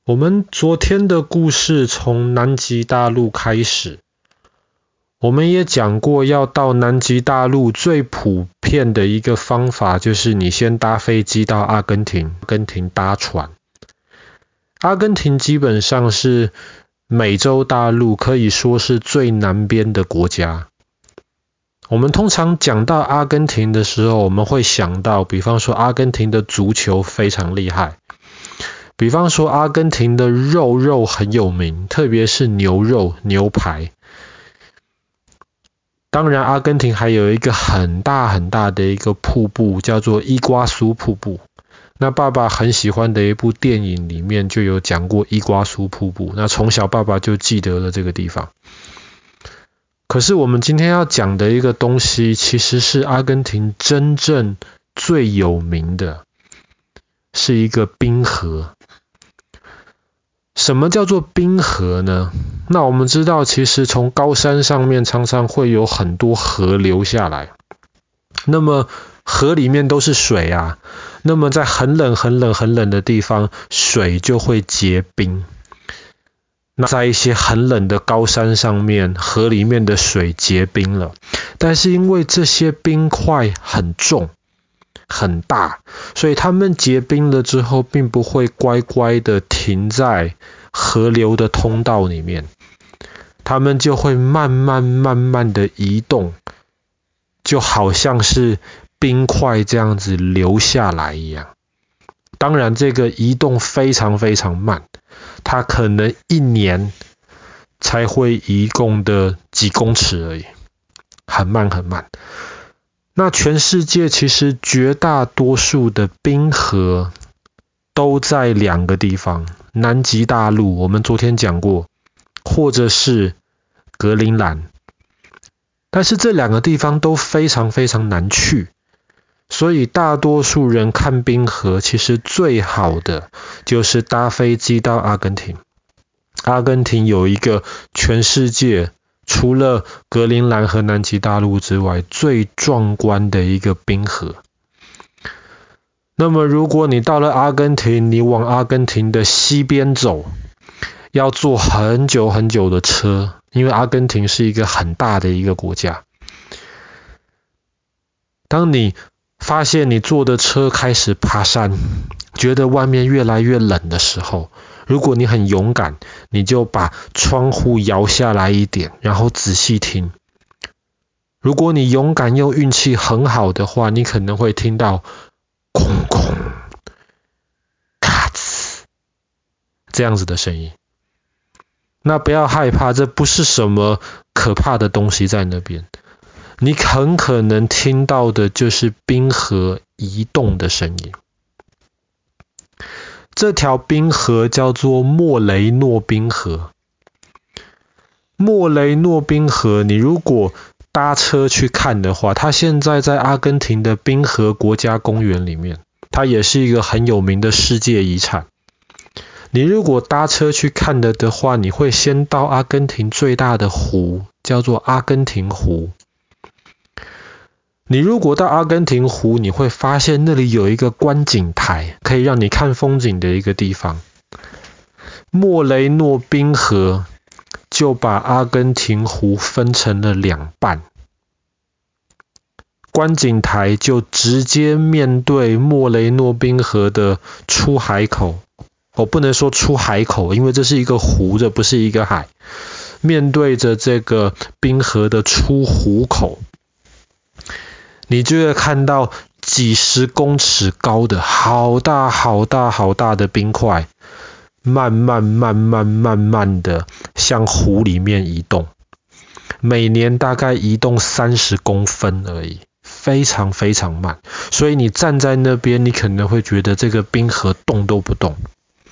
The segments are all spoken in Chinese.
我们昨天的故事从南极大陆开始，我们也讲过，要到南极大陆最普遍的一个方法就是你先搭飞机到阿根廷，搭船。阿根廷基本上是美洲大陆可以说是最南边的国家。我们通常讲到阿根廷的时候，我们会想到，比方说阿根廷的足球非常厉害，比方说阿根廷的肉很有名，特别是牛肉、牛排。当然，阿根廷还有一个很大的一个瀑布，叫做伊瓜苏瀑布。那爸爸很喜欢的一部电影里面就有讲过伊瓜苏瀑布，那从小爸爸就记得了这个地方。可是我们今天要讲的一个东西，其实是阿根廷真正最有名的，是一个冰河。什么叫做冰河呢？那我们知道，其实从高山上面常常会有很多河流下来，那么河里面都是水啊，那么在很冷的地方，水就会结冰。那在一些很冷的高山上面，河里面的水结冰了，但是因为这些冰块很重很大，所以它们结冰了之后并不会乖乖的停在河流的通道里面，它们就会慢慢的移动，就好像是冰块这样子流下来一样。当然这个移动非常慢，它可能1年才会移动的几公尺而已，很慢。那全世界其实绝大多数的冰河都在2个地方，南极大陆我们昨天讲过，或者是格陵兰。但是这2个地方都非常难去，所以大多数人看冰河其实最好的就是搭飞机到阿根廷。阿根廷有一个全世界除了格陵兰和南极大陆之外最壮观的一个冰河。那么如果你到了阿根廷，你往阿根廷的西边走，要坐很久的车，因为阿根廷是一个很大的一个国家。当你发现你坐的车开始爬山，觉得外面越来越冷的时候，如果你很勇敢，你就把窗户摇下来一点，然后仔细听。如果你勇敢又运气很好的话，你可能会听到空咔呲这样子的声音。那不要害怕，这不是什么可怕的东西在那边，你很可能听到的就是冰河移动的声音。这条冰河叫做莫雷诺冰河。莫雷诺冰河，你如果搭车去看的话，它现在在阿根廷的冰河国家公园里面，它也是一个很有名的世界遗产。你如果搭车去看的话，你会先到阿根廷最大的湖，叫做阿根廷湖。你如果到阿根廷湖，你会发现那里有一个观景台，可以让你看风景的一个地方。莫雷诺冰河就把阿根廷湖分成了2半，观景台就直接面对莫雷诺冰河的出海口。我不能说出海口，因为这是一个湖，这不是一个海。面对着这个冰河的出湖口，你就会看到几十公尺高的好大的冰块，慢慢的向湖里面移动，每年大概移动30公分而已，非常慢。所以你站在那边，你可能会觉得这个冰河动都不动。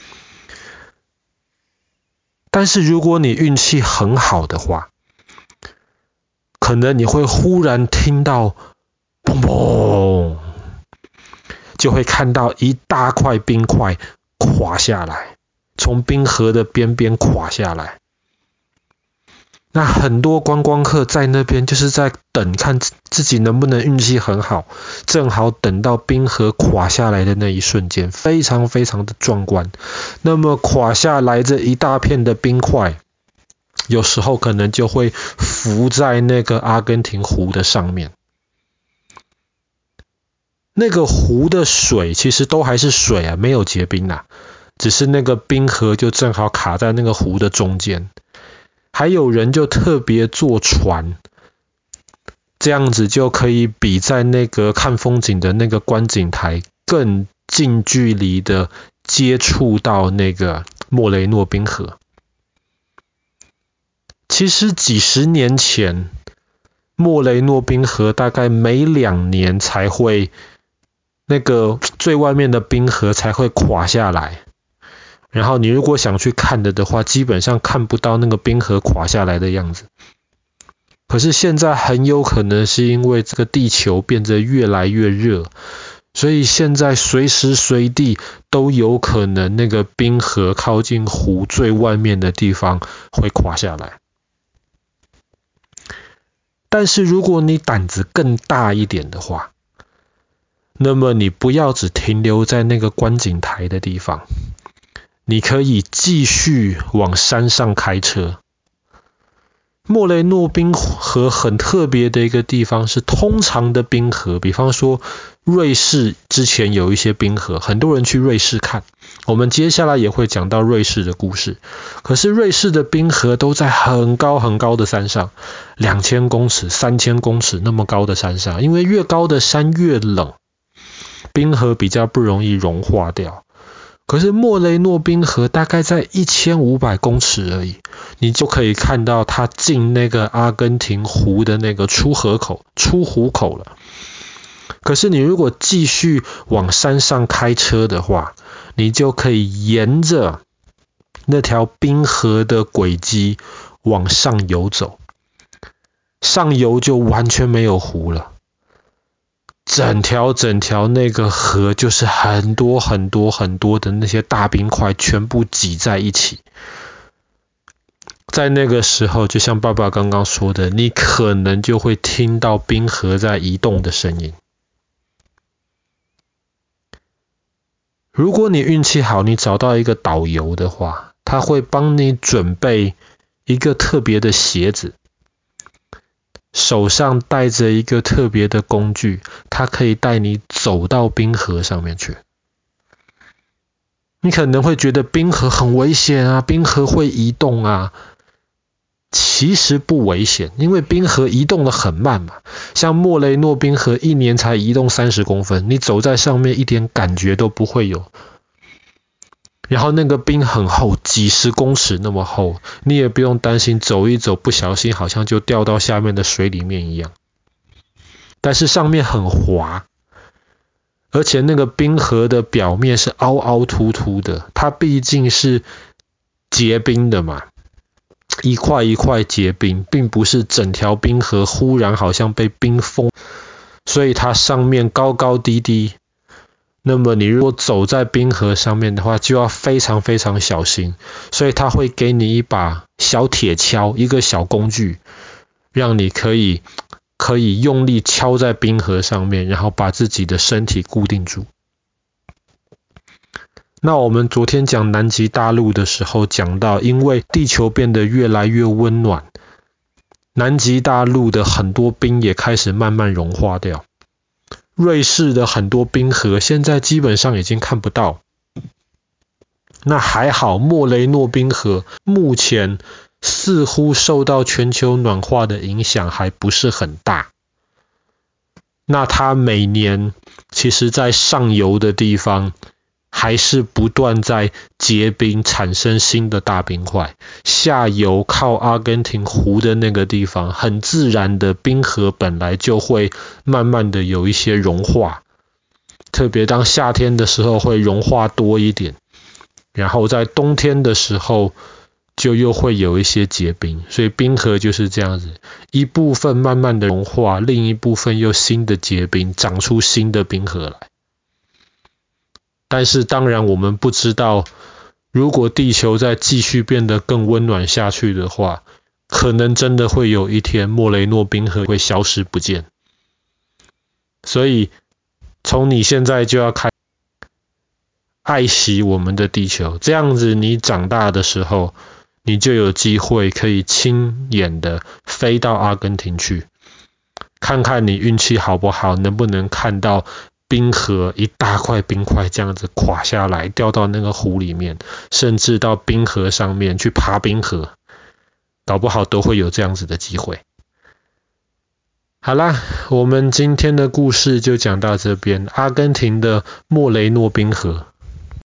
但是如果你运气很好的话，可能你会忽然听到砰砰，就会看到一大块冰块垮下来，从冰河的边垮下来。 那很多观光客在那边就是在等，看自己能不能运气很好，正好等到冰河垮下来的那一瞬间，非常非常的壮观。那么垮下来这一大片的冰块，有时候可能就会浮在那个阿根廷湖的上面。那个湖的水其实都还是水啊，没有结冰啊，只是那个冰河就正好卡在那个湖的中间。还有人就特别坐船，这样子就可以比在那个看风景的那个观景台更近距离的接触到那个莫雷诺冰河。其实几十年前，莫雷诺冰河大概每2年才会，那个最外面的冰河才会垮下来。然后你如果想去看的话，基本上看不到那个冰河垮下来的样子。可是现在很有可能是因为这个地球变得越来越热，所以现在随时随地都有可能那个冰河靠近湖最外面的地方会垮下来。但是如果你胆子更大一点的话，那么你不要只停留在那个观景台的地方，你可以继续往山上开车。莫雷诺冰河很特别的一个地方是，通常的冰河，比方说瑞士之前有一些冰河，很多人去瑞士看，我们接下来也会讲到瑞士的故事。可是瑞士的冰河都在很高很高的山上，2000公尺、3000公尺那么高的山上，因为越高的山越冷，冰河比较不容易融化掉。可是莫雷诺冰河大概在1500公尺而已，你就可以看到它进那个阿根廷湖的那个出湖口了。可是你如果继续往山上开车的话，你就可以沿着那条冰河的轨迹往上游走，上游就完全没有湖了。整条那个河就是很多的那些大冰块全部挤在一起。在那个时候，就像爸爸刚刚说的，你可能就会听到冰河在移动的声音。如果你运气好，你找到一个导游的话，他会帮你准备一个特别的鞋子，手上带着一个特别的工具，它可以带你走到冰河上面去。你可能会觉得冰河很危险啊，冰河会移动啊。其实不危险，因为冰河移动的很慢嘛。像莫雷诺冰河1年才移动30公分，你走在上面一点感觉都不会有。然后那个冰很厚，几十公尺那么厚，你也不用担心走一走不小心好像就掉到下面的水里面一样。但是上面很滑，而且那个冰河的表面是凹凹凸凸的，它毕竟是结冰的嘛，一块一块结冰，并不是整条冰河忽然好像被冰封，所以它上面高高低低。那么你如果走在冰河上面的话，就要非常非常小心，所以它会给你一把小铁锹，一个小工具，让你可以用力敲在冰河上面，然后把自己的身体固定住。那我们昨天讲南极大陆的时候讲到，因为地球变得越来越温暖，南极大陆的很多冰也开始慢慢融化掉。瑞士的很多冰河现在基本上已经看不到。那还好，莫雷诺冰河目前似乎受到全球暖化的影响还不是很大。那它每年其实在上游的地方还是不断在结冰，产生新的大冰块。下游靠阿根廷湖的那个地方，很自然的冰河本来就会慢慢的有一些融化，特别当夏天的时候会融化多一点，然后在冬天的时候就又会有一些结冰，所以冰河就是这样子，一部分慢慢的融化，另一部分又新的结冰，长出新的冰河来。但是当然我们不知道，如果地球再继续变得更温暖下去的话， 可能真的会有一天莫雷诺冰河会消失不见。所以从你现在就要开始爱惜我们的地球，这样子你长大的时候，你就有机会可以亲眼的飞到阿根廷去，看看你运气好不好，能不能看到冰河一大块冰块这样子垮下来，掉到那个湖里面，甚至到冰河上面去爬冰河，搞不好都会有这样子的机会。好啦，我们今天的故事就讲到这边，阿根廷的莫雷诺冰河。